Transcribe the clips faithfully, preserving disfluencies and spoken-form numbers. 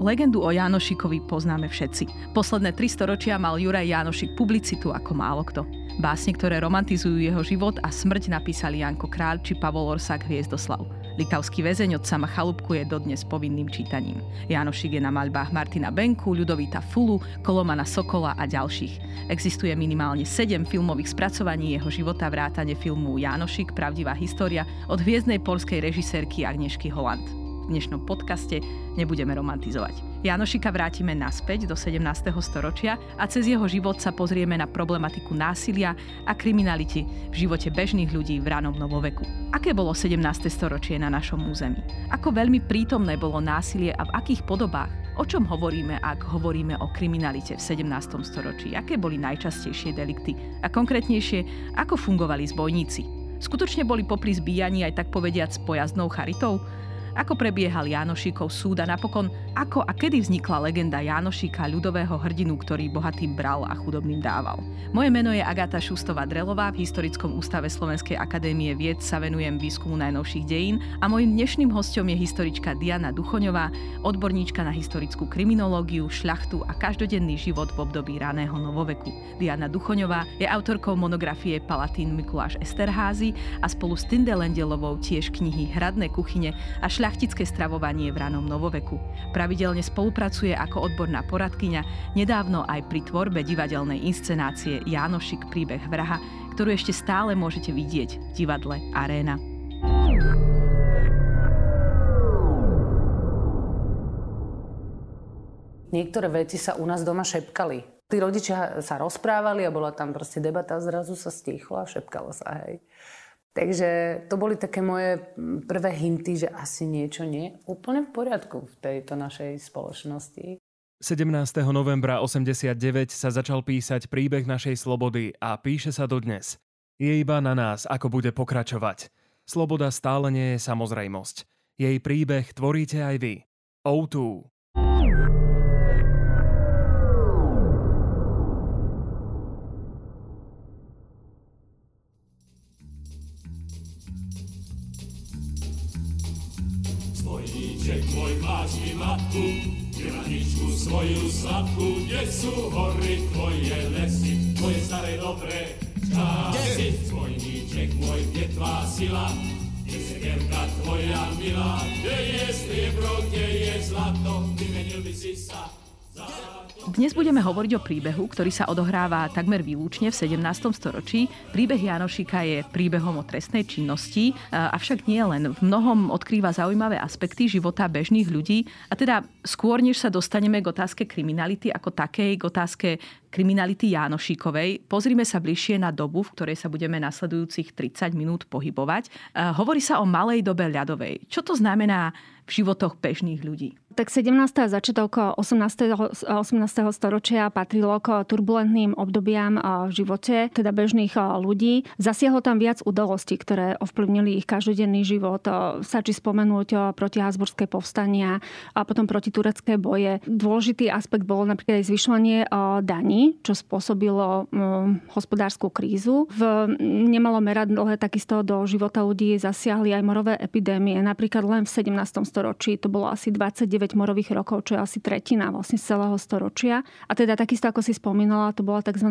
Legendu o Jánošikovi poznáme všetci. Posledné tri storočia mal Juraj Jánošik publicitu ako málo kto. Básne, ktoré romantizujú jeho život a smrť, napísali Janko Kráľ či Pavol Orsák Hviezdoslav. Litavský väzeň od Sama Chalúbku je dodnes povinným čítaním. Jánošik je na maľbách Martina Benku, Ľudovíta Fulu, Kolomana Sokola a ďalších. Existuje minimálne sedem filmových spracovaní jeho života vrátane filmu Jánošik, pravdivá história od hviezdnej poľskej režisérky Agnieszky Holland. V dnešnom podcaste nebudeme romantizovať. Jánošika vrátime naspäť do sedemnásteho storočia a cez jeho život sa pozrieme na problematiku násilia a kriminality v živote bežných ľudí v ranom novoveku. Aké bolo sedemnáste storočie na našom území? Ako veľmi prítomné bolo násilie a v akých podobách? O čom hovoríme, ak hovoríme o kriminalite v sedemnástom storočí? Aké boli najčastejšie delikty? A konkrétnejšie, ako fungovali zbojníci? Skutočne boli popri zbíjaní aj tak povediac pojazdnou charitou? Ako prebiehal Jánošikov súd a napokon ako a kedy vznikla legenda Jánošika, ľudového hrdinu, ktorý bohatým bral a chudobným dával. Moje meno je Agáta Šustová-Drelová, v Historickom ústave Slovenskej akadémie vied sa venujem výskumu najnovších dejín a mojím dnešným hosťom je historička Diana Duchoňová, odborníčka na historickú kriminológiu, šľachtu a každodenný život v období raného novoveku. Diana Duchoňová je autorkou monografie Palatín Mikuláš Esterházy a spolu s Tinde Lendelovou tiež knihy Hradné kuchyne a šľachtické stravovanie v ranom novoveku. Pravidelne spolupracuje ako odborná poradkyňa, nedávno aj pri tvorbe divadelnej inscenácie Jánošik, príbeh vraha, ktorú ešte stále môžete vidieť v divadle Aréna. Niektoré veci sa u nás doma šepkali. Tí rodičia sa rozprávali a bola tam proste debata, zrazu sa stíchlo a šepkalo sa, hej. Takže to boli také moje prvé hinty, že asi niečo nie úplne v poriadku v tejto našej spoločnosti. sedemnásteho novembra osemdesiatdeväť sa začal písať príbeh našej slobody a píše sa dodnes. Je iba na nás, ako bude pokračovať. Sloboda stále nie je samozrejmosť. Jej príbeh tvoríte aj vy. ó dva. Zvojníček môj, máš mi matku, graničku svoju sladkú, kde sú hory, tvoje lesy, tvoje staré dobré časy. Zvojníček môj, kde tvá sila, kde sekerka tvoja milá, kde je striebro, kde je zlato, vymenil by si sa za... Dnes budeme hovoriť o príbehu, ktorý sa odohráva takmer výlučne v sedemnástom storočí. Príbeh Jánošika je príbehom o trestnej činnosti, avšak nie len. V mnohom odkrýva zaujímavé aspekty života bežných ľudí. A teda skôr, než sa dostaneme k otázke kriminality ako takej, k otázke kriminality Jánošikovej, pozrime sa bližšie na dobu, v ktorej sa budeme nasledujúcich tridsať minút pohybovať. Hovorí sa o malej dobe ľadovej. Čo to znamená v životoch bežných ľudí? Tak sedemnáste a začiatok osemnásteho storočia patrilo k turbulentným obdobiam v živote, teda bežných ľudí. Zasiahlo tam viac udalostí, ktoré ovplyvnili ich každodenný život. Stačí spomenúť protihabsburské povstania a potom protiturecké boje. Dôležitý aspekt bol napríklad aj zvyšovanie daní, čo spôsobilo hospodárskú krízu. V nemalom meradle takisto do života ľudí zasiahli aj morové epidémie. Napríklad len v sedemnástom storočí to bolo asi dvadsaťdeväť morových rokov, čo je asi tretina vlastne z celého storočia. A teda takisto, ako si spomínala, to bola tzv.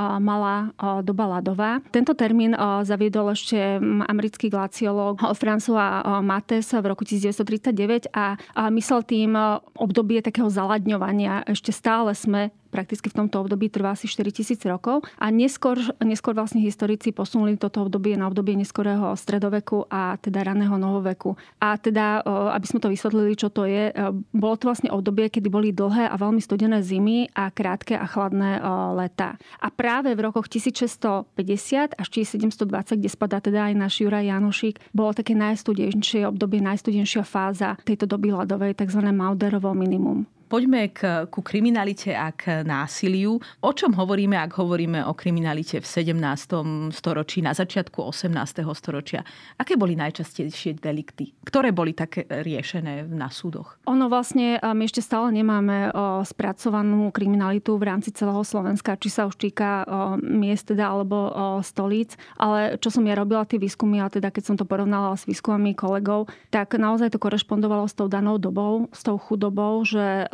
Malá doba ľadová. Tento termín zaviedol ešte americký glaciológ François Mattes v roku devätnásťtridsaťdeväť a myslel tým obdobie takého zaladňovania. Ešte stále sme prakticky v tomto období, trvá asi štyritisíc rokov a neskôr, neskôr vlastne historici posunuli toto obdobie na obdobie neskorého stredoveku a teda raného novoveku. A teda, aby sme to vysvetlili, čo to je, bolo to vlastne obdobie, kedy boli dlhé a veľmi studené zimy a krátke a chladné leta. A práve v rokoch tisícšesťstopäťdesiat až tisícsedemstodvadsať, kde spadá teda aj náš Juraj Jánošik, bolo také najstudenšie obdobie, najstudenšia fáza tejto doby ľadovej, tzv. Mauderovo minimum. Poďme k, ku kriminalite a k násiliu. O čom hovoríme, ak hovoríme o kriminalite v sedemnástom storočí, na začiatku osemnásteho storočia? Aké boli najčastejšie delikty? Ktoré boli také riešené na súdoch? Ono vlastne, my ešte stále nemáme spracovanú kriminalitu v rámci celého Slovenska, či sa už týka miest teda, alebo stolíc. Ale čo som ja robila, tie výskumy, a teda keď som to porovnala s výskumami kolegov, tak naozaj to korešpondovalo s tou danou dobou, s tou chudobou, že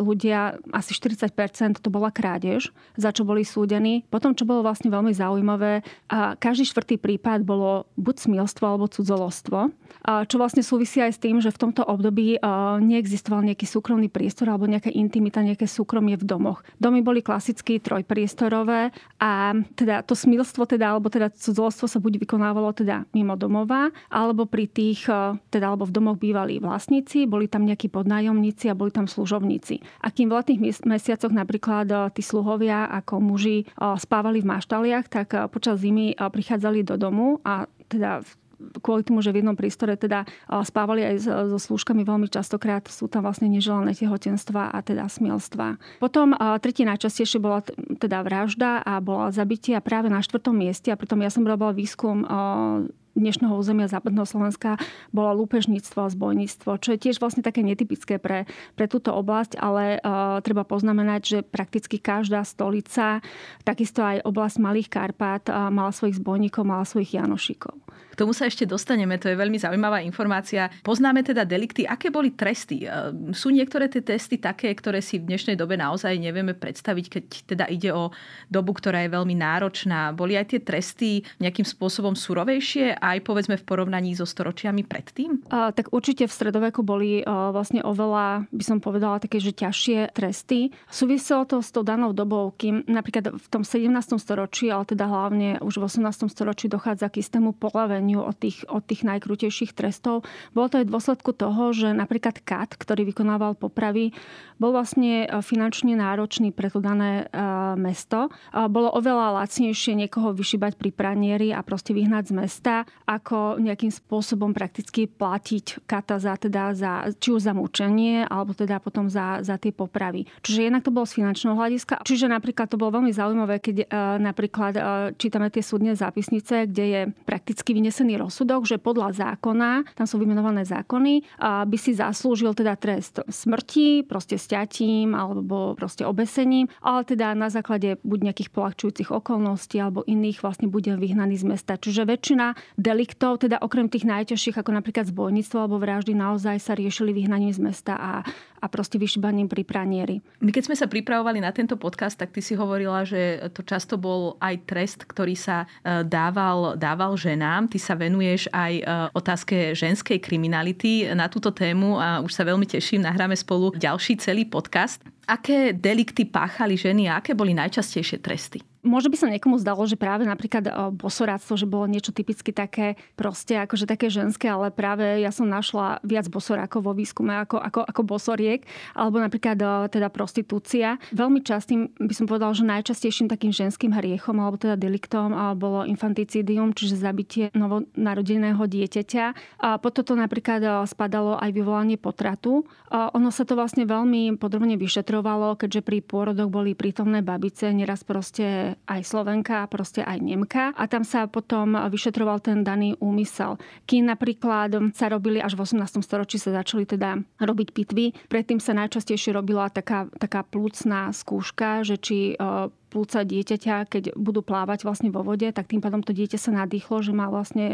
ľudia, asi štyridsať percent to bola krádež, za čo boli súdení. Potom, čo bolo vlastne veľmi zaujímavé, a každý štvrtý prípad bolo buď smilstvo alebo cudzolostvo, čo vlastne súvisí aj s tým, že v tomto období neexistoval nejaký súkromný priestor alebo nejaká intimita, nejaké súkromie v domoch. Domy boli klasicky trojpriestorové a teda to smilstvo teda, alebo teda cudzolostvo sa buď vykonávalo teda mimo domova, alebo pri tých, teda alebo v domoch bývali vlastníci, boli tam nejakí podnájomníci a boli tam služobníci. A kým v letných mesiacoch napríklad tí sluhovia ako muži spávali v maštaliach, tak počas zimy prichádzali do domu a teda kvôli tomu, že v jednom prístore teda spávali aj so slúžkami, veľmi častokrát sú tam vlastne neželané tehotenstva a teda smilstva. Potom tretí najčastejšie bola teda vražda a bola zabitie práve na štvrtom mieste a pritom ja som robila výskum dnešného územia západného Slovenska bolo lúpežníctvo a zbojníctvo, čo je tiež vlastne také netypické pre, pre túto oblasť, ale uh, treba poznamenať, že prakticky každá stolica, takisto aj oblasť Malých Karpát uh, mala svojich zbojníkov, mala svojich janošikov. K tomu sa ešte dostaneme, to je veľmi zaujímavá informácia. Poznáme teda delikty. Aké boli tresty? Sú niektoré tie testy také, ktoré si v dnešnej dobe naozaj nevieme predstaviť, keď teda ide o dobu, ktorá je veľmi náročná. Boli aj tie tresty nejakým spôsobom surovejšie, aj povedzme v porovnaní so storočiami predtým? A, tak určite v stredoveku boli a, vlastne oveľa, by som povedala, také, že ťažšie tresty. Súviselo to s tou danou dobou, kým napríklad v tom sedemnástom storočí, ale teda hlavne už v osemnástom storočí dochádza k istému polaveniu od tých, od tých najkrutejších trestov. Bolo to aj v dôsledku toho, že napríklad kat, ktorý vykonával popravy, bol vlastne finančne náročný pre to dané a, mesto. A, bolo oveľa lacnejšie niekoho vyšibať pri pranieri a proste vyhnať z mesta, ako nejakým spôsobom prakticky platiť kata za, teda za, či už za mučenie, alebo teda potom za, za tie popravy. Čiže jednak to bolo z finančného hľadiska. Čiže napríklad to bolo veľmi zaujímavé, keď e, napríklad e, čítame tie súdne zápisnice, kde je prakticky vynesený rozsudok, že podľa zákona, tam sú vymenované zákony, e, by si zaslúžil teda trest smrti, proste sťatím, alebo proste obesením, ale teda na základe buď nejakých poľahčujúcich okolností, alebo iných vlastne bude vyhnaný z mesta. Čiže väčšina deliktov, teda okrem tých najťažších, ako napríklad zbojníctvo alebo vraždy, naozaj sa riešili vyhnaním z mesta a, a proste vyšibaním pri pranieri. My keď sme sa pripravovali na tento podcast, tak ty si hovorila, že to často bol aj trest, ktorý sa dával, dával ženám. Ty sa venuješ aj otázke ženskej kriminality na túto tému a už sa veľmi teším, nahráme spolu ďalší celý podcast. Aké delikty páchali ženy a aké boli najčastejšie tresty? Možno by sa niekomu zdalo, že práve napríklad bosoráctvo, že bolo niečo typicky také proste, akože také ženské, ale práve ja som našla viac bosorákov vo výskume ako, ako, ako bosoriek, alebo napríklad teda prostitúcia. Veľmi častým by som povedala, že najčastejším takým ženským hriechom, alebo teda deliktom bolo infanticidium, čiže zabitie novonarodeného dieťaťa. A potom to napríklad spadalo aj vyvolanie potratu. A ono sa to vlastne veľmi podrobne vyšetrovalo, keďže pri pôrodoch boli prítomné babice, neraz proste aj Slovenka, proste aj Nemka. A tam sa potom vyšetroval ten daný úmysel. Kým napríklad sa robili až v osemnástom storočí sa začali teda robiť pitvy. Predtým sa najčastejšie robila taká, taká plúcna skúška, že či plúca dieťaťa, keď budú plávať vlastne vo vode, tak tým pádom to dieťa sa nadýchlo, že má vlastne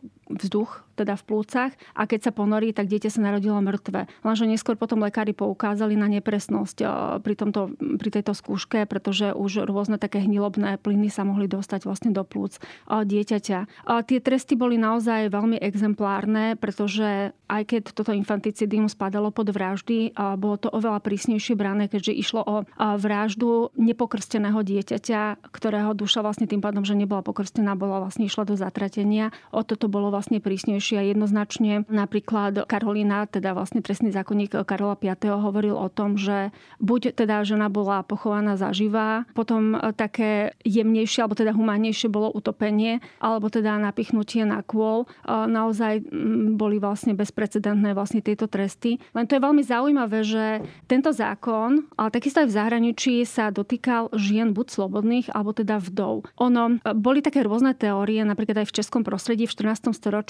vzduch teda v plúcach a keď sa ponorí, tak dieťa sa narodilo mŕtve. Lenže neskôr potom lekári poukázali na nepresnosť pri, tomto, pri tejto skúške, pretože už rôzne také hnilobné plyny sa mohli dostať vlastne do plúc dieťaťa. Tie tresty boli naozaj veľmi exemplárne, pretože aj keď toto infanticidium spadalo pod vraždy, bolo to oveľa prísnejšie brané, keďže išlo o vraždu nepokrsteného dieťaťa, ktorého duša vlastne tým pádom, že nebola pokrstená, bola vlastne išla do zatratenia. O toto bolo vlastne prísnejšie a jednoznačne napríklad Karolína, teda vlastne trestný zákonník Karola piateho hovoril o tom, že buď teda žena bola pochovaná zaživá, potom také jemnejšie alebo teda humánnejšie bolo utopenie, alebo teda napichnutie na kôl. Naozaj boli vlastne bezprecedentné vlastne tieto tresty. Len to je veľmi zaujímavé, že tento zákon, ale takisto aj v zahraničí sa dotýkal žien buď slobodných, alebo teda vdov. Ono, boli také rôzne teórie, napríklad aj v českom prostredí v štrnástom storočí, či napríklad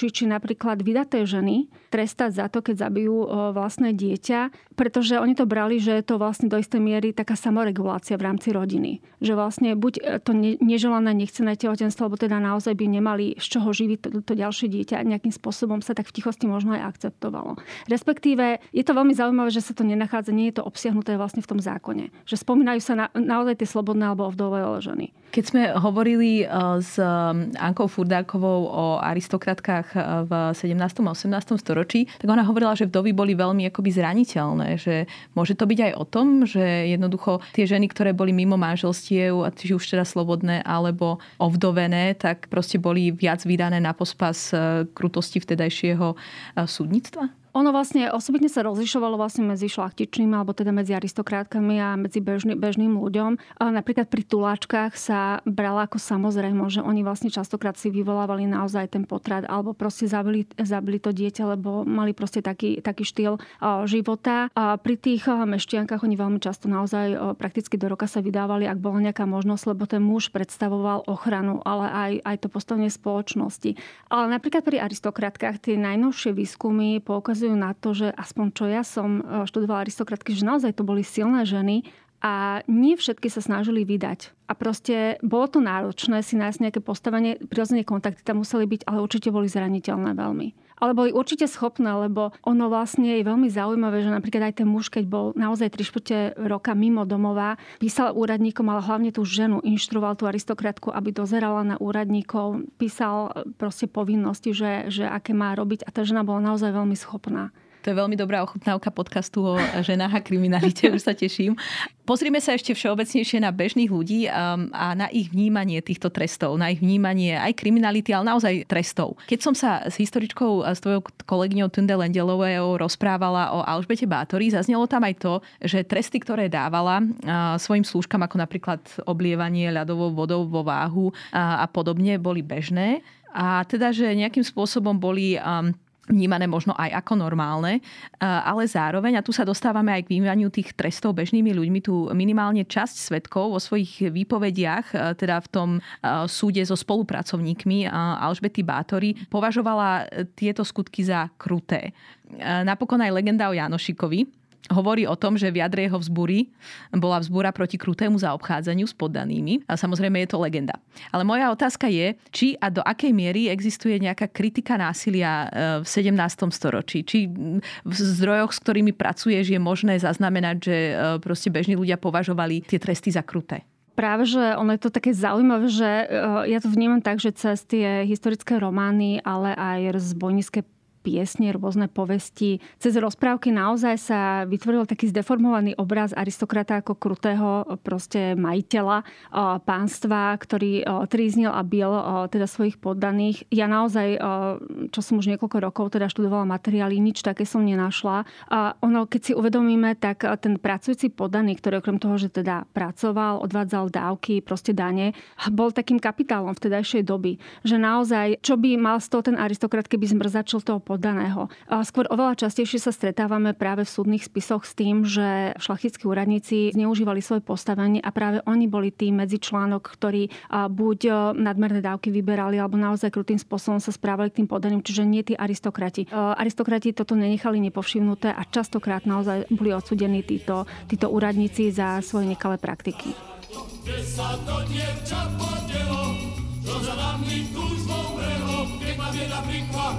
napríklad vydaté ženy trestať za to, keď zabijú vlastné dieťa, pretože oni to brali, že je to vlastne do istej miery taká samoregulácia v rámci rodiny. Že vlastne buď to neželané nechcené tehotenstvo, alebo teda naozaj by nemali z čoho živiť to, to ďalšie dieťa, nejakým spôsobom sa tak v tichosti možno aj akceptovalo. Respektíve je to veľmi zaujímavé, že sa to nenachádza, nie je to obsiahnuté vlastne v tom zákone. Že spomínajú sa na, naozaj tie slobodné alebo ovdové ženy. Keď sme hovorili s Ankou Furdákovou o aristokratkách v sedemnástom a osemnástom storočí, tak ona hovorila, že vdovy boli veľmi akoby zraniteľné, že môže to byť aj o tom, že jednoducho tie ženy, ktoré boli mimo manželstiev, či už teda slobodné alebo ovdovené, tak proste boli viac vydané na pospas krutosti vtedajšieho súdnictva? Ono vlastne osobitne sa rozlišovalo vlastne medzi šlachtičnými alebo teda medzi aristokrátkami a medzi bežný, bežným ľuďom. A napríklad pri tuláčkach sa brala ako samozrejme, že oni vlastne častokrát si vyvolávali naozaj ten potrat alebo proste zabili, zabili to dieťa, lebo mali proste taký, taký štýl života. A pri tých meštiankách oni veľmi často naozaj prakticky do roka sa vydávali, ak bola nejaká možnosť, lebo ten muž predstavoval ochranu, ale aj, aj to postavenie spoločnosti. Ale napríklad pri aristokratkách tie najnovšie výskumy poukazujú na to, že aspoň čo ja som študovala aristokratky, že naozaj to boli silné ženy a nie všetky sa snažili vydať. A proste bolo to náročné si nájsť nejaké postavenie, prirodzene kontakty tam museli byť, ale určite boli zraniteľné veľmi. Ale boli určite schopné, lebo ono vlastne je veľmi zaujímavé, že napríklad aj ten muž, keď bol naozaj tri štvrte roka mimo domova, písal úradníkom, ale hlavne tú ženu, inštruoval tú aristokratku, aby dozerala na úradníkov, písal proste povinnosti, že, že aké má robiť a tá žena bola naozaj veľmi schopná. To je veľmi dobrá ochutnávka podcastu o ženách a kriminalite, už sa teším. Pozrime sa ešte všeobecnejšie na bežných ľudí a na ich vnímanie týchto trestov, na ich vnímanie aj kriminality, ale naozaj trestov. Keď som sa s historičkou, s tvojou kolegyňou Tunde Lendelovou rozprávala o Alžbete Báthori, zaznelo tam aj to, že tresty, ktoré dávala svojim slúžkam, ako napríklad oblievanie ľadovou vodou vo váhu a podobne, boli bežné. A teda, že nejakým spôsobom boli vnímané možno aj ako normálne, ale zároveň, a tu sa dostávame aj k vnímaniu tých trestov bežnými ľuďmi, tu minimálne časť svedkov vo svojich výpovediach, teda v tom súde so spolupracovníkmi Alžbety Báthori, považovala tieto skutky za kruté. Napokon aj legenda o Jánošikovi hovorí o tom, že v jadre jeho vzbúry bola vzbúra proti krutému zaobchádzaniu s poddanými. A samozrejme je to legenda. Ale moja otázka je, či a do akej miery existuje nejaká kritika násilia v sedemnástom storočí. Či v zdrojoch, s ktorými pracuješ, je možné zaznamenať, že proste bežní ľudia považovali tie tresty za kruté. Práve, že ono je to také zaujímavé, že ja to vnímam tak, že cez tie historické romány, ale aj zbojnícke piesne, rôzne povesti. Cez rozprávky naozaj sa vytvoril taký zdeformovaný obraz aristokrata ako krutého proste majiteľa pánstva, ktorý tríznil a bil teda svojich poddaných. Ja naozaj, čo som už niekoľko rokov teda študovala materiály, nič také som nenašla. A ono, keď si uvedomíme, tak ten pracujúci poddaný, ktorý okrem toho, že teda pracoval, odvádzal dávky, proste dane, bol takým kapitálom vtedajšej doby. Že naozaj, čo by mal z toho ten aristokrat, keby zmrzačil toho poddaného. Skôr oveľa častejšie sa stretávame práve v súdnych spisoch s tým, že šlachtickí úradníci zneužívali svoje postavenie a práve oni boli tí medzičlánok, ktorí buď nadmerné dávky vyberali, alebo naozaj krutým spôsobom sa správali k tým poddaným, čiže nie tí aristokrati. Aristokrati toto nenechali nepovšimnuté a častokrát naozaj boli odsúdení títo, títo úradníci za svoje nekalé praktiky. Kde sa to dievča podelo, čo za nami túžbou vrelo, keď ma bieda prikva,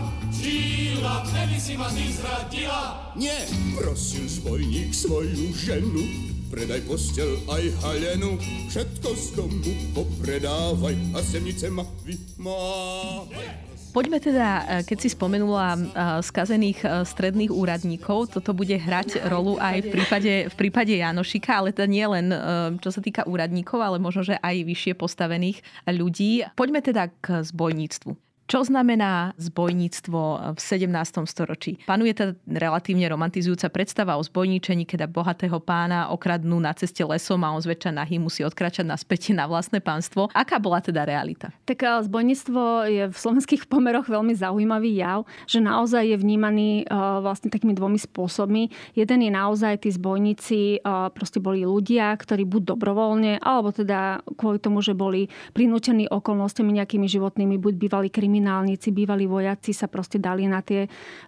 žila, vtedy si ma ty zradila. Nie, prosil zbojník svoju ženu, predaj postel aj halenu, všetko z domu popredávaj a semnice ma vymávaj. Poďme teda, keď si spomenula skazených stredných úradníkov, toto bude hrať rolu aj v prípade, v prípade Jánošika, ale teda nie len čo sa týka úradníkov, ale možno, že aj vyššie postavených ľudí. Poďme teda k zbojníctvu. Čo znamená zbojníctvo v sedemnástom storočí? Panuje teda relatívne romantizujúca predstava o zbojníčení, keď bohatého pána okradnú na ceste lesom a on zväčša nahý musí odkračať naspäť na vlastné pánstvo. Aká bola teda realita? Tak zbojníctvo je v slovenských pomeroch veľmi zaujímavý jav, že naozaj je vnímaný vlastne takými dvomi spôsobmi. Jeden je naozaj tí zbojníci proste boli ľudia, ktorí buď dobrovoľne, alebo teda kvôli tomu, že boli prinútení okolnostiami nejakými životnými, buď bývali kriminálni, kriminálnici, bývalí vojaci sa proste dali na tie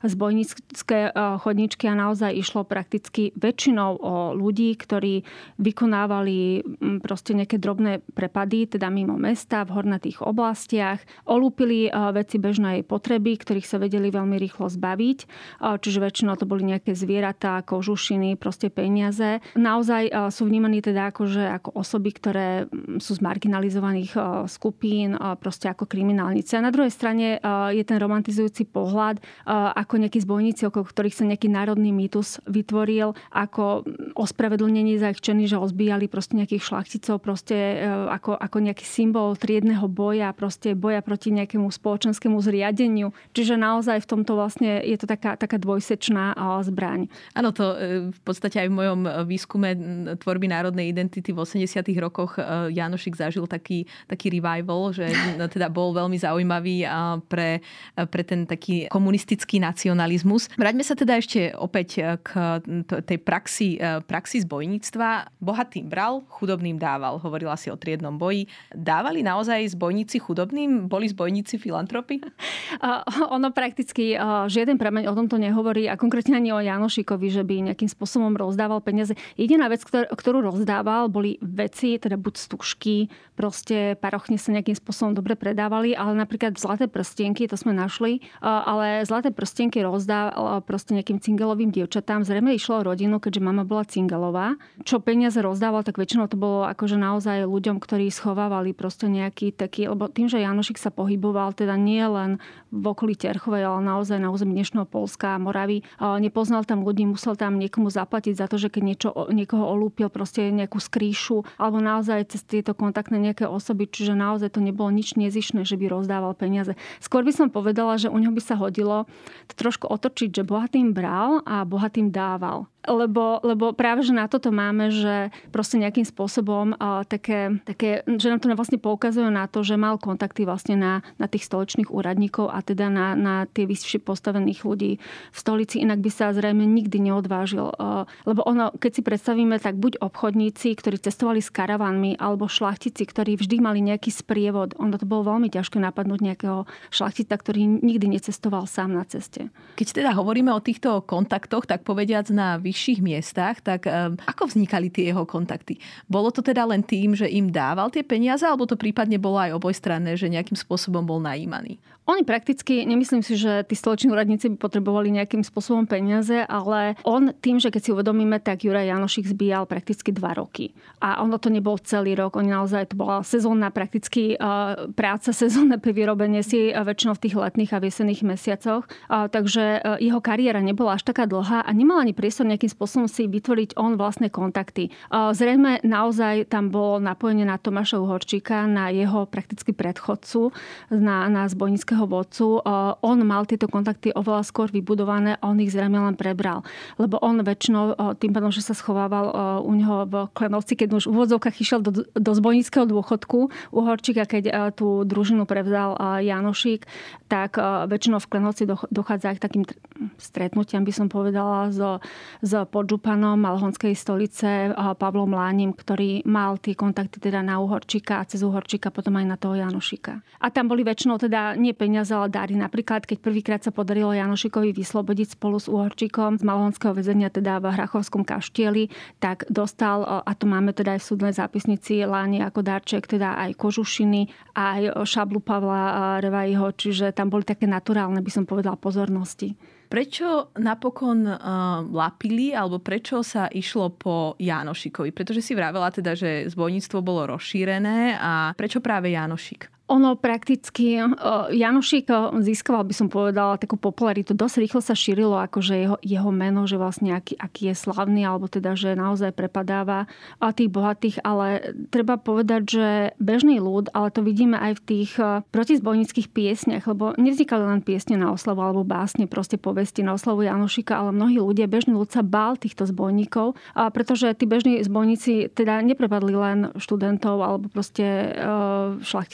zbojnícke chodničky a naozaj išlo prakticky väčšinou o ľudí, ktorí vykonávali proste nejaké drobné prepady, teda mimo mesta, v hornatých oblastiach. Olúpili veci bežnej potreby, ktorých sa vedeli veľmi rýchlo zbaviť. Čiže väčšinou to boli nejaké zvieratá, kožušiny, proste peniaze. Naozaj sú vnímaní teda akože ako osoby, ktoré sú z marginalizovaných skupín, proste ako kriminálnici. A na druhej strane je ten romantizujúci pohľad, ako nejakí zbojníci, okolo ktorých sa nejaký národný mýtus vytvoril, ako ospravedlnenie za ich činy, že ozbíjali proste nejakých šlachticov, proste ako, ako nejaký symbol triedneho boja, proste boja proti nejakému spoločenskému zriadeniu. Čiže naozaj v tomto vlastne je to taká, taká dvojsečná zbraň. Áno, to v podstate aj v mojom výskume tvorby národnej identity v osemdesiatych rokoch Jánošík zažil taký, taký revival, že teda bol veľmi zaujímavý pre, pre ten taký komunistický nacionalizmus. Vráťme sa teda ešte opäť k tej praxi, praxi zbojníctva. Bohatým bral, chudobným dával. Hovorila si o triednom boji. Dávali naozaj zbojníci chudobným? Boli zbojníci filantropy? Uh, ono prakticky uh, žiaden prameň o tomto nehovorí a konkrétne ani o Jánošíkovi, že by nejakým spôsobom rozdával peniaze. Jediná vec, ktor- ktorú rozdával, boli veci, teda buď stužky, proste parochne sa nejakým spôsobom dobre predávali, ale napríklad zlaté prstienky, to sme našli, uh, ale zlaté prstienky rozdával proste nejakým cingelovým dievčatám. Zrejme išlo o rodinu, keďže mama bola cingelová. Čo peniaze rozdával, tak väčšinou to bolo akože naozaj ľuďom, ktorí schovávali proste nejaký taký, lebo tým, že Jánošík sa pohyboval teda nie len v okolí Terchovej, ale naozaj na území dnešného Poľska a Moravy. Nepoznal tam ľudí, musel tam niekomu zaplatiť za to, že keď niečo, niekoho olúpil, proste nejakú skrýšu, alebo naozaj cez tieto kontaktné nejaké osoby, čiže naozaj to nebolo nič nezišné, že by rozdával peniaze. Skôr by som povedala, že u neho by sa hodilo to trošku otočiť, že bohatým bral a bohatým dával. Lebo, lebo práve, že na toto máme, že proste nejakým spôsobom uh, také, také, že nám to vlastne poukazuje na to, že mal kontakty vlastne na, na tých stoličných úradníkov a teda na, na tie vyššie postavených ľudí v stolici. Inak by sa zrejme nikdy neodvážil. Uh, lebo ono, keď si predstavíme, tak buď obchodníci, ktorí cestovali s karavanmi, alebo šlachtici, ktorí vždy mali nejaký sprievod. Ono to bolo veľmi ťažké napadnúť nejakého šlachtica, ktorý nikdy necestoval sám na ceste. Keď teda hovoríme o týchto kontaktoch, tak povediac na vyšších miestach, tak um, ako vznikali tie jeho kontakty? Bolo to teda len tým, že im dával tie peniaze, alebo to prípadne bolo aj obojstranné, že nejakým spôsobom bol najímaný? Oni prakticky, nemyslím si, že tí stoliční úradníci by potrebovali nejakým spôsobom peniaze, ale on tým, že keď si uvedomíme, tak Juraj Jánošík zbíjal prakticky dva roky. A ono to nebol celý rok, oni naozaj, to bola sezónna prakticky uh, práca, sezónne pri vyrobenie si uh, väčšinou v tých letných a viesenných mesiacoch. Uh, takže uh, jeho kariéra nebola až taká dlhá a nemal ani priestor nejakým spôsobom si vytvoriť on vlastné kontakty. Uh, zrejme naozaj tam bolo napojenie na Tomáša Uhorčíka, na jeho prakticky predchodcu, na, na zbojníckeho vodcu. On mal tieto kontakty oveľa skôr vybudované a on ich zrejme len prebral. Lebo on väčšinou tým pádom, že sa schovával u neho v Klenovci, keď už v úvodzovkách išiel do, do zbojníckeho dôchodku Uhorčík a keď tú družinu prevzal Jánošík, tak väčšinou v Klenovci dochádza aj k takým stretnutiam, by som povedala, s, s podžupanom Malhonskej stolice Pavlom Lánim, ktorý mal tie kontakty teda na Uhorčíka a cez Uhorčíka potom aj na toho Jánošíka. A tam boli väčšinou teda nie peniaze, ale dáry. Napríklad, keď prvýkrát sa podarilo Jánošíkovi vyslobodiť spolu s Uhorčíkom z Malhonského väzenia, teda v Hrachovskom kaštieli, tak dostal, a to máme teda aj v súdnej zápisnici, Láni ako darček, teda aj kožušiny, aj šablu Pavla Revajího, čiže tam boli také naturálne, by som povedala, pozornosti. Prečo napokon uh, lapili, alebo prečo sa išlo po Jánošíkovi? Pretože si vravela teda, že zbojníctvo bolo rozšírené a prečo práve Jánošík? Ono prakticky, Jánošík získaval, by som povedala, takú popularitu. Dosť rýchlo sa šírilo akože jeho, jeho meno, že vlastne aký, aký je slavný, alebo teda, že naozaj prepadáva tých bohatých. Ale treba povedať, že bežný ľud, ale to vidíme aj v tých protizbojníckych piesniach, lebo nevznikali len piesne na oslavu alebo básne, proste povesti na oslavu Jánošíka, ale mnohí ľudia, bežný ľud sa bál týchto zbojníkov, pretože tí bežní zbojníci teda neprepadli len študentov alebo proste šlachticov, ale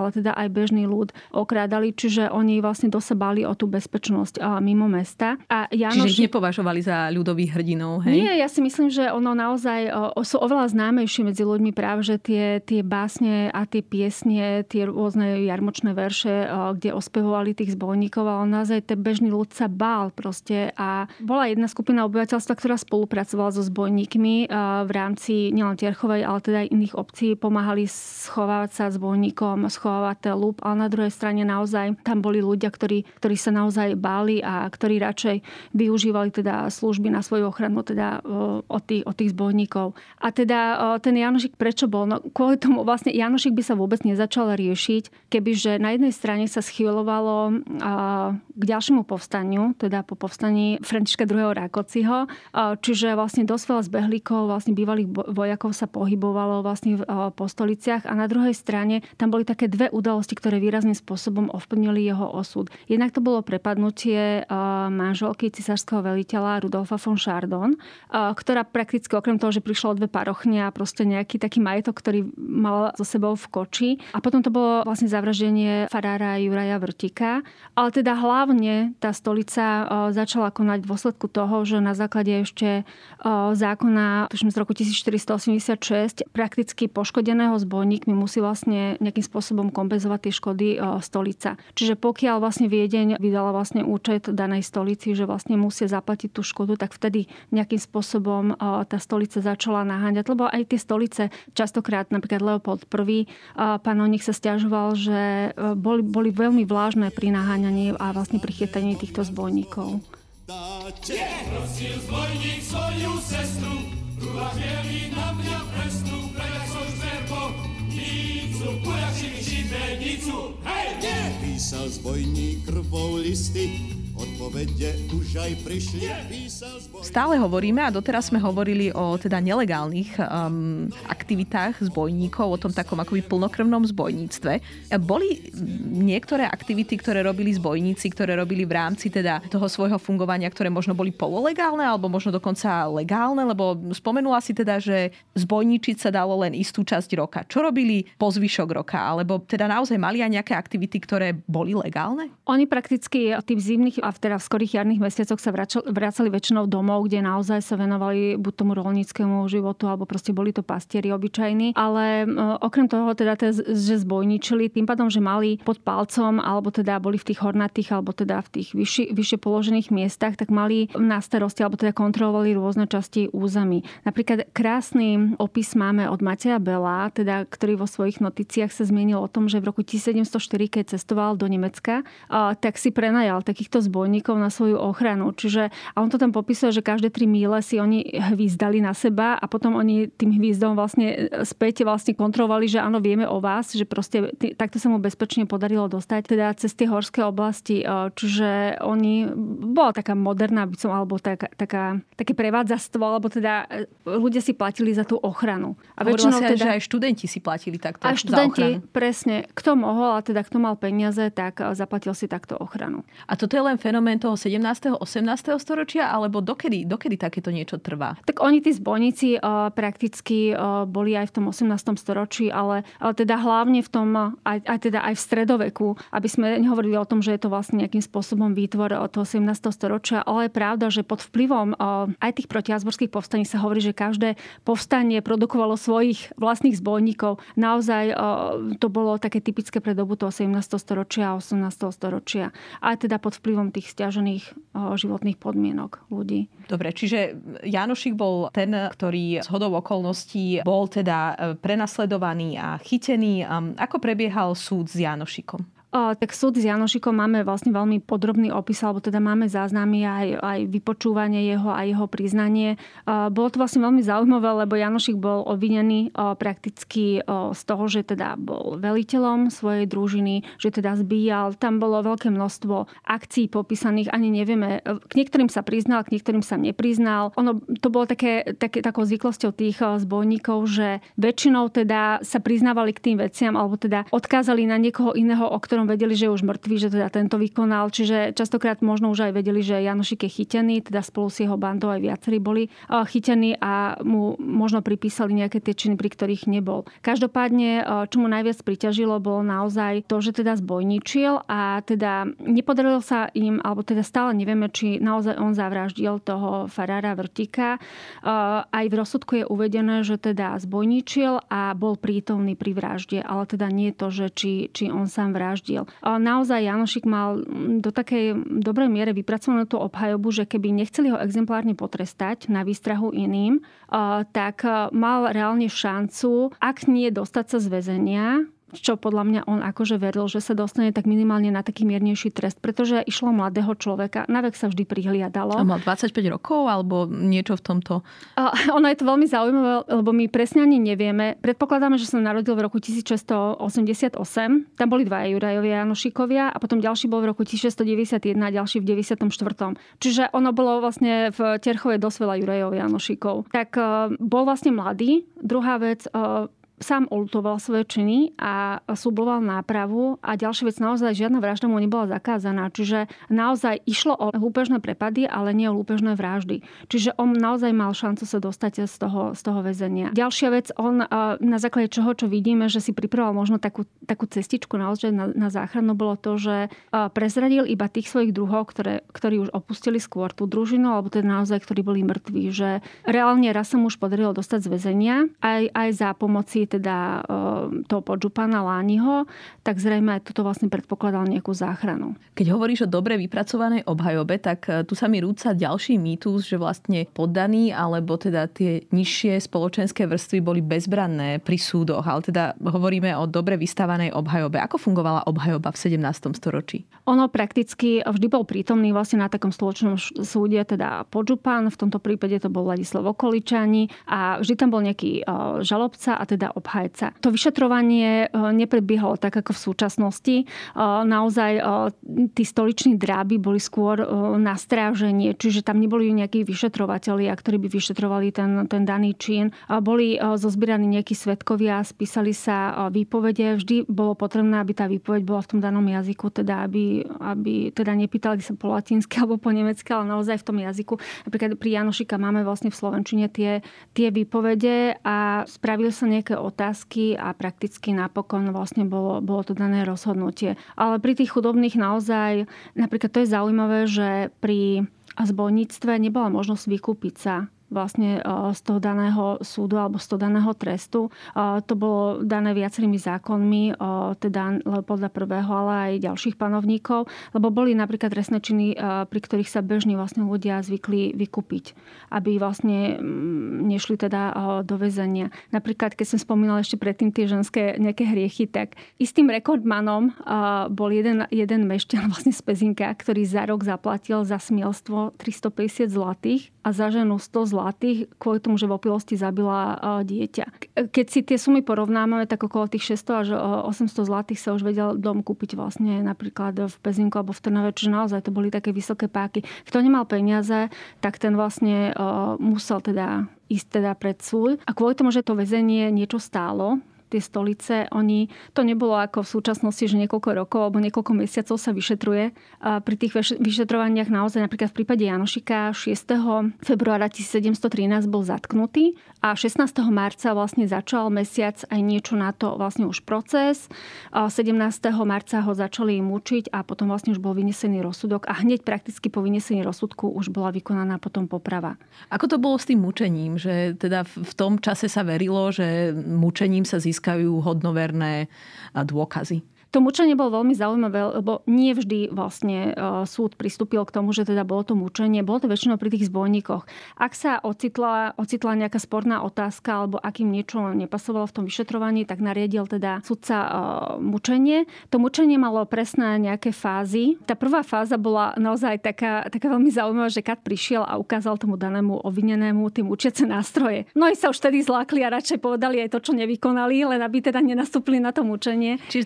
ale teda aj bežný ľud okrádali, čiže oni vlastne dosť báli o tú bezpečnosť mimo mesta. A Jánošík... Čiže ich nepovažovali za ľudových hrdinov, hej? Nie, ja si myslím, že ono naozaj o, sú oveľa známejšie medzi ľuďmi práve, že tie, tie básne a tie piesne, tie rôzne jarmočné verše, o, kde ospevovali tých zbojníkov, a on naozaj ten bežný ľud sa bál proste. A bola jedna skupina obyvateľstva, ktorá spolupracovala so zbojníkmi v rámci nielen Terchovej, ale teda aj iných obcí, pomáhali schovávať sa zbojníkom, schovávať ľub, ale na druhej strane naozaj tam boli ľudia, ktorí, ktorí sa naozaj báli a ktorí radšej využívali teda služby na svoju ochranu teda od tých, od tých zbojníkov. A teda ten Jánošík prečo bol? No kvôli tomu vlastne Jánošík by sa vôbec nezačal riešiť, kebyže na jednej strane sa schyľovalo k ďalšiemu povstaniu, teda po povstaní Františka druhého. Rákociho, čiže vlastne dosť veľa zbehlíkov, vlastne bývalých vojakov sa pohybovalo vlastne po stoliciach a na druhej strane tam boli také dve udalosti, ktoré výrazným spôsobom ovplyvnili jeho osud. Jednak to bolo prepadnutie manželky cisárskeho veliteľa Rudolfa von Chardon, ktorá prakticky okrem toho, že prišla o dve parochne a proste nejaký taký majetok, ktorý mal so sebou v koči. A potom to bolo vlastne zavraždenie farára Juraja Vrtika. Ale teda hlavne tá stolica začala konať v dôsledku toho, že na základe ešte zákona tuším z roku tisícštyristoosemdesiatšesť prakticky poškodeného zbojníkmi musí vlastne nejakým spôsobom kompenzovať tie škody stolica. Čiže pokiaľ vlastne Viedeň vydala vlastne účet danej stolici, že vlastne musia zaplatiť tú škodu, tak vtedy nejakým spôsobom tá stolica začala naháňať. Lebo aj tie stolice častokrát, napríklad Leopold I, panovník sa sťažoval, že boli, boli veľmi vlážne pri naháňaní a vlastne pri chytaní týchto zbojníkov. Dáte. Prosil zbojník svoju sestru, ruha chmieli na mňa prestru, predaj svoj žverbo, nícu, pojači mi šibenicu, hej! Písal zbojník krvou listy, odpovede už aj prišli. Písal zbojník... Stále hovoríme a doteraz sme hovorili o teda nelegálnych um, aktivitách zbojníkov, o tom takom akoby plnokrvnom zbojníctve. Boli niektoré aktivity, ktoré robili zbojníci, ktoré robili v rámci teda toho svojho fungovania, ktoré možno boli pololegálne alebo možno dokonca legálne, lebo spomenula si teda, že zbojníčiť sa dalo len istú časť roka. Čo robili po zvyšok roka? Alebo teda naozaj mali aj nejaké aktivity, ktoré boli legálne? Oni prakticky tým zimných a teda v skorých jarných mesiacoch sa vracali väčšinou domov, kde naozaj sa venovali buď tomu roľníckemu životu, alebo proste boli to pastieri obyčajní. Ale okrem toho teda, že zbojničili, tým pádom, že mali pod palcom, alebo teda boli v tých hornatých, alebo teda v tých vyššie, vyššie položených miestach, tak mali na starosti, alebo teda kontrolovali rôzne časti území. Napríklad krásny opis máme od Mateja Bela, teda, ktorý vo svojich notíciách sa zmienil o tom, že v roku tisícsedemstoštyri, keď cestoval do Nemecka, tak si prenajal takýchto zbojníkov na svoju ochranu. Čiže, a on to tam popisuje, že každé tri míle si oni hvízdali na seba a potom oni tým hvízdom vlastne späť vlastne kontrolovali, že áno, vieme o vás, že proste t- takto sa mu bezpečne podarilo dostať teda cez tie horské oblasti. Čiže oni, bola taká moderná, by som, alebo taká, taká, také prevádzastvo, alebo teda ľudia si platili za tú ochranu. A väčšinou teda, že aj študenti si platili takto a za študenti, ochranu. presne. Kto mohol, a teda kto mal peniaze, tak zaplatil si takto ochranu. A toto je len fenomén toho sedemnásteho osemnásteho storočia, alebo dokedy, dokedy takéto niečo trvá? Tak oni, tí zbojníci, uh, prakticky uh, boli aj v tom osemnástom storočí, ale, ale teda hlavne v tom, aj, aj teda aj v stredoveku, aby sme nehovorili o tom, že je to vlastne nejakým spôsobom výtvor toho sedemnásteho storočia, ale je pravda, že pod vplyvom uh, aj tých protihabsburských povstaní sa hovorí, že každé povstanie produkovalo svojich vlastných zbojníkov. Naozaj uh, to bolo také typické pre dobu toho sedemnásteho storočia a osemnásteho storočia. Aj teda pod vplyvom tých stiažených životných podmienok ľudí. Dobre, čiže Jánošík bol ten, ktorý zhodou okolností bol teda prenasledovaný a chytený. Ako prebiehal súd s Jánošíkom? Tak súd s Jánošíkom máme vlastne veľmi podrobný opis, alebo teda máme záznamy aj, aj vypočúvanie jeho a jeho priznanie. Bolo to vlastne veľmi zaujímavé, lebo Jánošík bol obvinený prakticky z toho, že teda bol veliteľom svojej družiny, že teda zbíjal. Tam bolo veľké množstvo akcií popísaných, ani nevieme. K niektorým sa priznal, k niektorým sa nepriznal. Ono to bolo také, také takou zvyklosťou tých zbojníkov, že väčšinou teda sa priznávali k tým veciam, alebo teda odkázali na niekoho iného, o ktorom ktorom vedeli, že je už mŕtvý, že teda tento vykonal. Čiže častokrát možno už aj vedeli, že Janošik je chytený, teda spolu s jeho bandou aj viacerí boli chytení a mu možno pripísali nejaké tie činy, pri ktorých nebol. Každopádne, čo mu najviac priťažilo, bolo naozaj to, že teda zbojničil a teda nepodarilo sa im, alebo teda stále nevieme, či naozaj on zavraždil toho farára Vrtika. Aj v rozsudku je uvedené, že teda zbojničil a bol prítomný pri vražde, ale teda nie to, že či, či on sám vraždil. Naozaj Janošik mal do takej dobrej miere vypracovanú tú obhajobu, že keby nechceli ho exemplárne potrestať na výstrahu iným, tak mal reálne šancu, ak nie dostať sa z väzenia, čo podľa mňa on akože veril, že sa dostane tak minimálne na taký miernejší trest, pretože išlo mladého človeka, na vek sa vždy prihliadalo. A mal dvadsaťpäť rokov alebo niečo v tomto? A ono je to veľmi zaujímavé, lebo my presne ani nevieme. Predpokladáme, že sa narodil v roku tisícšesťstoosemdesiatosem. Tam boli dvaja Jurajovia Janošikovia a potom ďalší bol v roku tisícšesťstodeväťdesiatjeden a ďalší v deväťdesiatom štvrtom. Čiže ono bolo vlastne v Terchove dosť veľa Jurajov Janošikov. Tak bol vlastne mladý. Druhá vec, sám oľutoval svoje činy a sľuboval nápravu a ďalšia vec, naozaj žiadna vražda mu nebola zakázaná. Čiže naozaj išlo o lúpežné prepady, ale nie o lúpežné vraždy. Čiže on naozaj mal šancu sa dostať z toho, z toho väzenia. Ďalšia vec, on na základe čoho, čo vidíme, že si pripravoval možno takú, takú cestičku naozaj na, na záchranu, bolo to, že prezradil iba tých svojich druhov, ktoré, ktorí už opustili skôr tú družinu, alebo teda naozaj, ktorí boli mŕtvi. Že reálne raz sa mu už podarilo dostať z väzenia, aj, aj za pomoci teda toho podžupana Lániho, tak zrejme toto vlastne predpokladal nejakú záchranu. Keď hovoríš o dobre vypracovanej obhajobe, tak tu sa mi rúca ďalší mýtus, že vlastne poddaní alebo teda tie nižšie spoločenské vrstvy boli bezbranné pri súdoch, ale teda hovoríme o dobre vystavanej obhajobe. Ako fungovala obhajoba v sedemnástom storočí? Ono prakticky vždy bol prítomný vlastne na takom spoločnom súde, teda podžupan, v tomto prípade to bol Ladislav Okoličani a vždy tam bol nejaký žalobca a teda obhajca. To vyšetrovanie neprebiehalo tak, ako v súčasnosti. Naozaj tí stoliční dráby boli skôr na stráženie, čiže tam neboli nejakí vyšetrovatelia, ktorí by vyšetrovali ten, ten daný čin. Boli zozbieraní nejakí svedkovia, spísali sa výpovede. Vždy bolo potrebné, aby tá výpoveď bola v tom danom jazyku, teda aby, aby teda nepýtali sa po latinsky alebo po nemecky, ale naozaj v tom jazyku. Napríklad pri Janošika máme vlastne v slovenčine tie, tie výpovede a spravili sa nejaké otázky a prakticky napokon vlastne bolo, bolo to dané rozhodnutie. Ale pri tých chudobných naozaj, napríklad to je zaujímavé, že pri zbojníctve nebola možnosť vykúpiť sa vlastne z toho daného súdu alebo z toho daného trestu. To bolo dané viacerými zákonmi, teda Leopolda prvého, ale aj ďalších panovníkov, lebo boli napríklad trestné činy, pri ktorých sa bežne vlastne ľudia zvykli vykúpiť, aby vlastne nešli teda do väzenia. Napríklad, keď som spomínala ešte predtým tie ženské nejaké hriechy, tak istým rekordmanom bol jeden, jeden mešťan vlastne z Pezinka, ktorý za rok zaplatil za smielstvo tristopäťdesiat zlatých a za ženu sto zlatých kvôli tomu, že v opilosti zabila dieťa. Keď si tie sumy porovnáme, tak okolo tých šesťsto až osemsto zlatých sa už vedel dom kúpiť vlastne napríklad v Pezinku alebo v Trnave, čiže naozaj to boli také vysoké páky. Kto nemal peniaze, tak ten vlastne musel teda ísť teda pred súd. A kvôli tomu, že to väzenie niečo stálo, tie stolice, oni, to nebolo ako v súčasnosti, že niekoľko rokov alebo niekoľko mesiacov sa vyšetruje. A pri tých vyšetrovaniach naozaj napríklad v prípade Janošika šiesteho februára tisícsedemstotrinásť bol zatknutý a šestnásteho marca vlastne začal mesiac aj niečo na to vlastne už proces. A sedemnásteho marca ho začali mučiť a potom vlastne už bol vynesený rozsudok a hneď prakticky po vynesení rozsudku už bola vykonaná potom poprava. Ako to bolo s tým mučením? Že teda v tom čase sa verilo, že mučením sa získalo získajú hodnoverné dôkazy. To mučenie bolo veľmi zaujímavé, lebo nie vždy vlastne súd pristúpil k tomu, že teda bolo to mučenie. Bolo to väčšinou pri tých zbojníkoch. Ak sa ocitla, ocitla nejaká sporná otázka alebo akým niečo nepasovalo v tom vyšetrovaní, tak nariadil teda sudca mučenie. To mučenie malo presné nejaké fázy. Tá prvá fáza bola naozaj taká, taká veľmi zaujímavá, že Kat prišiel a ukázal tomu danému obvinenému tie mučiace nástroje. No i sa už vtedy zlákli a radšej povedali aj to, čo nevykonali, len aby teda nenastúpili na to mučenie. Čiže tá španielská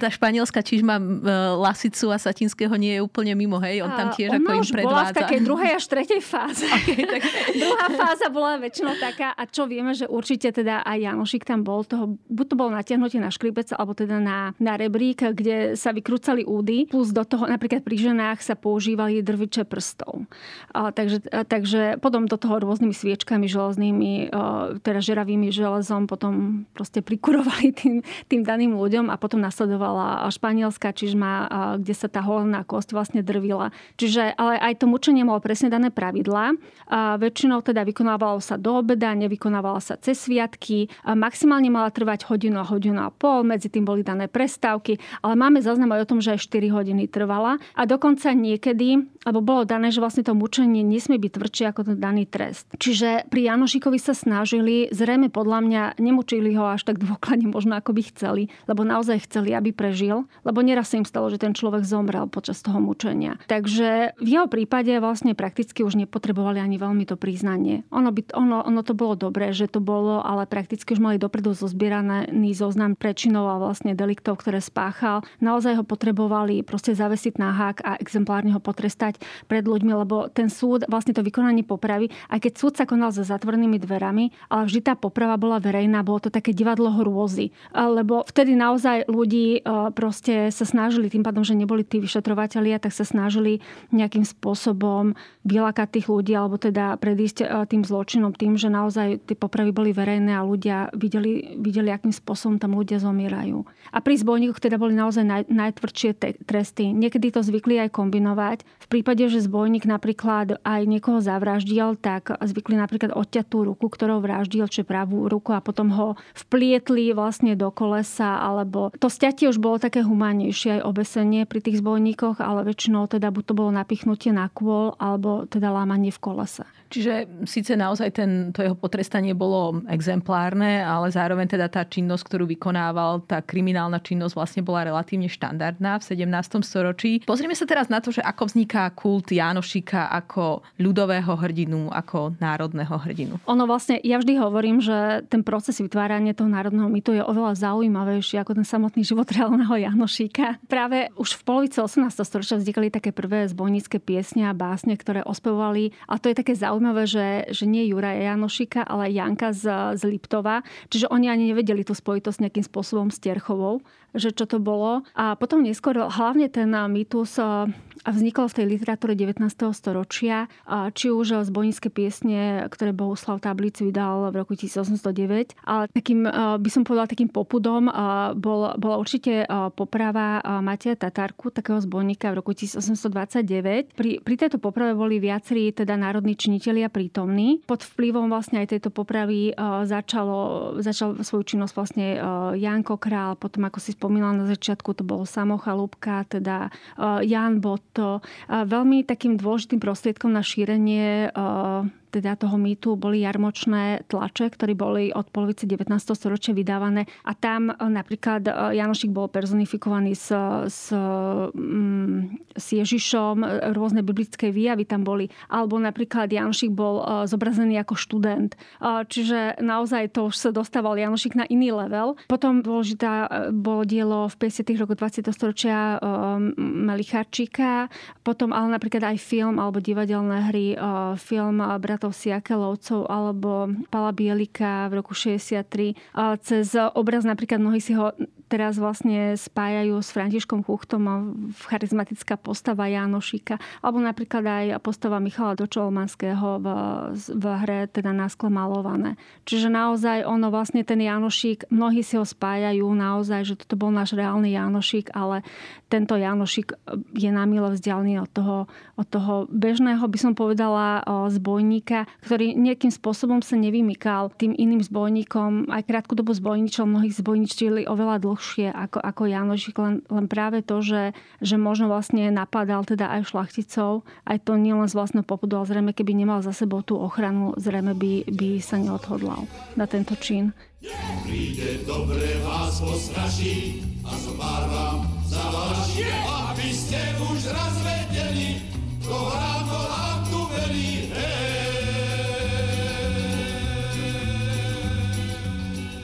Španielská čižma Lasicu a Satinského nie je úplne mimo, hej? On tam tiež a ako im predvádza. Bola v takej druhej až tretej fáze. Okay, tak... Druhá fáza bola väčšinou taká, a čo vieme, že určite teda aj Jánošik tam bol, toho, buď to bolo natiahnutie na škripec, alebo teda na, na rebrík, kde sa vykrúcali údy, plus do toho napríklad pri ženách sa používali drviče prstov. A, takže, a, takže potom do toho rôznymi sviečkami železnými, a, teda žeravými železom potom proste prikurovali tým, tým daným ľuďom a potom nasledovala španielská čižma, a, kde sa tá holná kosť vlastne drvila. Čiže ale aj to mučenie malo presne dané pravidlá. A väčšinou teda vykonávalo sa do obeda, nevykonávalo sa cez sviatky. A maximálne mala trvať hodinu a hodinu a pol, medzi tým boli dané prestávky, ale máme záznam aj o tom, že aj štyri hodiny trvala. A dokonca niekedy, lebo bolo dané, že vlastne to mučenie nesmie byť tvrdšie ako ten daný trest. Čiže pri Jánošikovi sa snažili, zrejme podľa mňa nemučili ho až tak dôkladne možno ako by chceli, lebo naozaj chceli, aby prežil, lebo neraz sa im stalo, že ten človek zomrel počas toho mučenia. Takže v jeho prípade vlastne prakticky už nepotrebovali ani veľmi to priznanie. Ono, by, ono, ono to bolo dobré, že to bolo, ale prakticky už mali dopredu zozbieraný zoznam prečinov a vlastne deliktov, ktoré spáchal. Naozaj ho potrebovali proste zavesiť na hák a exemplárne ho potrestať pred ľuďmi, lebo ten súd, vlastne to vykonanie popravy, aj keď súd sa konal za zatvorenými dverami, ale vždy tá poprava bola verejná, bolo to také divadlo hrôzy. Lebo vtedy naozaj ľudí proste sa snažili, tým pádom, že neboli tí vyšetrovatelia, tak sa snažili nejakým spôsobom vylakať tých ľudí, alebo teda predísť tým zločinom tým, že naozaj tie popravy boli verejné a ľudia videli, videli akým spôsobom tam ľudia zomierajú. A pri zbojníkoch teda boli naozaj naj, najtvrdšie te- tresty. Niekedy to zvykli aj kombinovať. V prípade, že zbojník napríklad aj niekoho zavraždil, tak zvykli napríklad odťať tú ruku, ktorou vraždil, či pravú ruku, a potom ho vplietli vlastne do kolesa, alebo to sťatie už bolo také humánnejšie, aj obesenie pri tých zbojníkoch, ale väčšinou teda buď to bolo napichnutie na kôl, alebo teda lámanie v kolese. Čiže síce naozaj ten, to jeho potrestanie bolo exemplárne, ale zároveň teda tá činnosť, ktorú vykonával, tá kriminálna činnosť vlastne bola relatívne štandardná v sedemnástom storočí. Pozrime sa teraz na to, že ako vzniká kult Jánošika ako ľudového hrdinu, ako národného hrdinu. Ono vlastne, ja vždy hovorím, že ten proces vytvárania toho národného mýtu je oveľa zaujímavejší ako ten samotný život reálneho Jánošika. Práve už v polovici osemnásteho storočia vznikali také prvé zbojnícke piesne a básne, ktoré ospevovali, a to je také zaujímavé, že, že nie Juraja Jánošika, ale Janka z, z Liptova. Čiže oni ani nevedeli tú spojitosť nejakým spôsobom s Terchovou, že čo to bolo. A potom neskôr hlavne ten mýtus vznikol v tej literatúre devätnásteho storočia, či už zbojnícke piesne, ktoré Bohuslav Tablíc vydal v roku tisícosemstodeväť. Ale takým, by som povedala, takým popudom bol, bola určite poprava Mateja Tatárku, takého zbojníka v roku tisícosemstodvadsaťdeväť. Pri, pri tejto poprave boli viacerí teda národní činitelia prítomní. Pod vplyvom vlastne aj tejto popravy začalo, začal svoju činnosť vlastne Janko Král, potom ako si spomínala na začiatku, to bol Samo Chalúbka, teda Ján Botto. Veľmi takým dôležitým prostriedkom na šírenie teda toho mýtu boli jarmočné tlače, ktoré boli od polovice devätnásteho storočia vydávané. A tam napríklad Jánošik bol personifikovaný s, s, s Ježišom, rôzne biblické výjavy tam boli. Alebo napríklad Jánošik bol zobrazený ako študent. Čiže naozaj to už sa dostával Jánošik na iný level. Potom dôležitá bolo dielo v päťdesiatych rokoch dvadsiateho storočia Melicharčíka. Potom ale napríklad aj film alebo divadelné hry, film Brat Siakelovcov alebo Pala Bielika v roku šesťdesiattri. Cez obraz napríklad mnohí si ho teraz vlastne spájajú s Františkom Chuchtom, charizmatická postava Jánošika, alebo napríklad aj postava Michala Dočolmanského v, v hre teda Na skle malované. Čiže naozaj ono vlastne ten Jánošik, mnohí si ho spájajú naozaj, že toto bol náš reálny Jánošik, ale tento Jánošik je na mile vzdialený od toho, od toho bežného, by som povedala, zbojníka, ktorý nejakým spôsobom sa nevymykal tým iným zbojníkom. Aj krátku dobu zbojničil, mnohých zbojničili oveľa dlhšie ako, ako Jánošik, len, len práve to, že, že možno vlastne napadal teda aj šlachticov, aj to nielen z vlastného popudu, ale zrejme keby nemal za sebou tú ochranu, zrejme by, by sa neodhodlal na tento čin. Príde dobre vás postraší a zobár vám zavalaší, aby ste už raz vedeli, koho nám, koho nám tu velí, hej.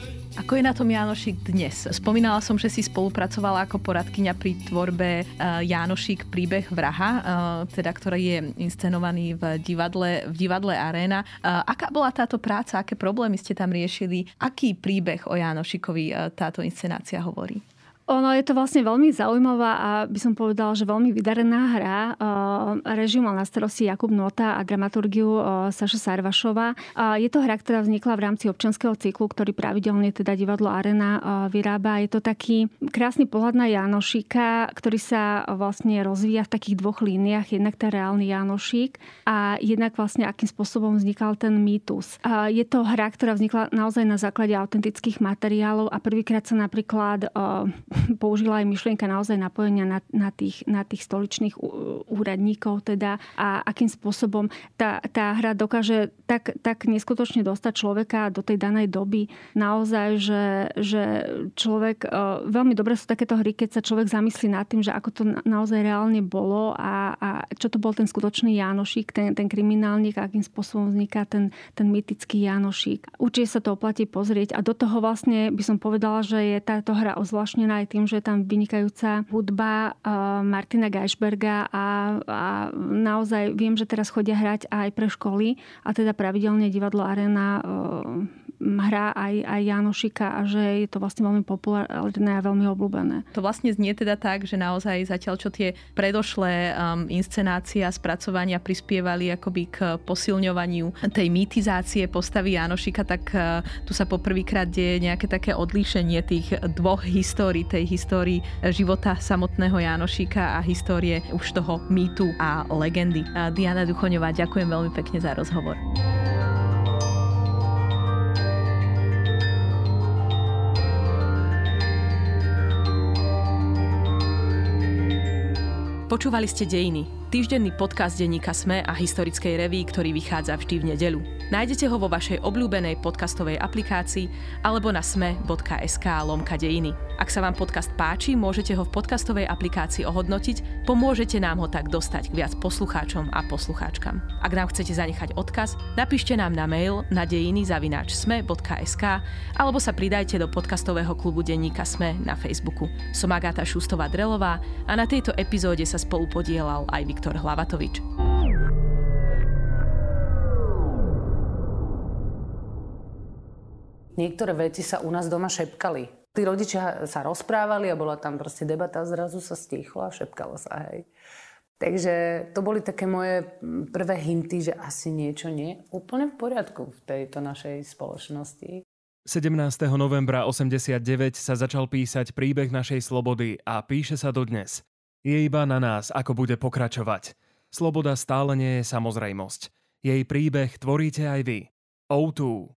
Ako je na tom Jánošík dnes? Spomínala som, že si spolupracovala ako poradkyňa pri tvorbe Jánošík príbeh vraha, teda ktorý je inscenovaný v divadle, v divadle Aréna. Aká bola táto práca? Aké problémy ste tam riešili? Aký príbeh o Jánošíkovi táto inscenácia hovorí? Ono je to vlastne veľmi zaujímavá a by som povedala, že veľmi vydarená hra. Režiu mal na starosti Jakub Nota a dramaturgiu Saša Sarvašová. Je to hra, ktorá vznikla v rámci občianskeho cyklu, ktorý pravidelne teda divadlo Arena vyrába. Je to taký krásny pohľad na Jánošíka, ktorý sa vlastne rozvíja v takých dvoch líniách. Jednak ten reálny Jánošík a jednak vlastne akým spôsobom vznikal ten mýtus. Je to hra, ktorá vznikla naozaj na základe autentických materiálov a prvýkrát sa napríklad použila aj myšlienka naozaj napojenia na, na, tých, na tých stoličných úradníkov teda a akým spôsobom tá, tá hra dokáže tak, tak neskutočne dostať človeka do tej danej doby. Naozaj, že, že človek, veľmi dobre sú takéto hry, keď sa človek zamyslí nad tým, že ako to naozaj reálne bolo a, a čo to bol ten skutočný Jánošík, ten, ten kriminálnik a akým spôsobom vzniká ten, ten mytický Jánošík. Určite sa to oplatí pozrieť a do toho vlastne by som povedala, že je táto hra ozvláštnená aj tým, že je tam vynikajúca hudba Martina Geisberga a, a naozaj viem, že teraz chodia hrať aj pre školy a teda pravidelne divadlo Arena hrá aj, aj Jánošíka a že je to vlastne veľmi populárne a veľmi obľúbené. To vlastne znie teda tak, že naozaj zatiaľ, čo tie predošlé um, inscenácie a spracovania prispievali akoby k posilňovaniu tej mýtizácie postavy Jánošíka, tak uh, tu sa poprvýkrát deje nejaké také odlíšenie tých dvoch histórií, tej histórii života samotného Jánošíka a histórie už toho mýtu a legendy. Uh, Diana Duchoňová, ďakujem veľmi pekne za rozhovor. Počúvali ste Dejiny, týždenný podcast denníka SME a historickej reví, ktorý vychádza vždy v nedeľu. Nájdete ho vo vašej obľúbenej podcastovej aplikácii alebo na sme bodka es ká lomka dejiny. Ak sa vám podcast páči, môžete ho v podcastovej aplikácii ohodnotiť, pomôžete nám ho tak dostať k viac poslucháčom a poslucháčkam. Ak nám chcete zanechať odkaz, napíšte nám na mail na dejiny zavináč sme bodka es ká alebo sa pridajte do podcastového klubu denníka SME na Facebooku. Som Agáta Šustová-Drelová a na tejto epizóde sa spolupodielal aj Viktor Hlavatovič. Niektoré veci sa u nás doma šepkali. Tí rodičia sa rozprávali a bola tam proste debata, zrazu sa stíchlo a šepkalo sa, hej. Takže to boli také moje prvé hinty, že asi niečo nie úplne v poriadku v tejto našej spoločnosti. sedemnásteho novembra osemdesiatdeväť sa začal písať príbeh našej slobody a píše sa dodnes. Je iba na nás, ako bude pokračovať. Sloboda stále nie je samozrejmosť. Jej príbeh tvoríte aj vy. ó dva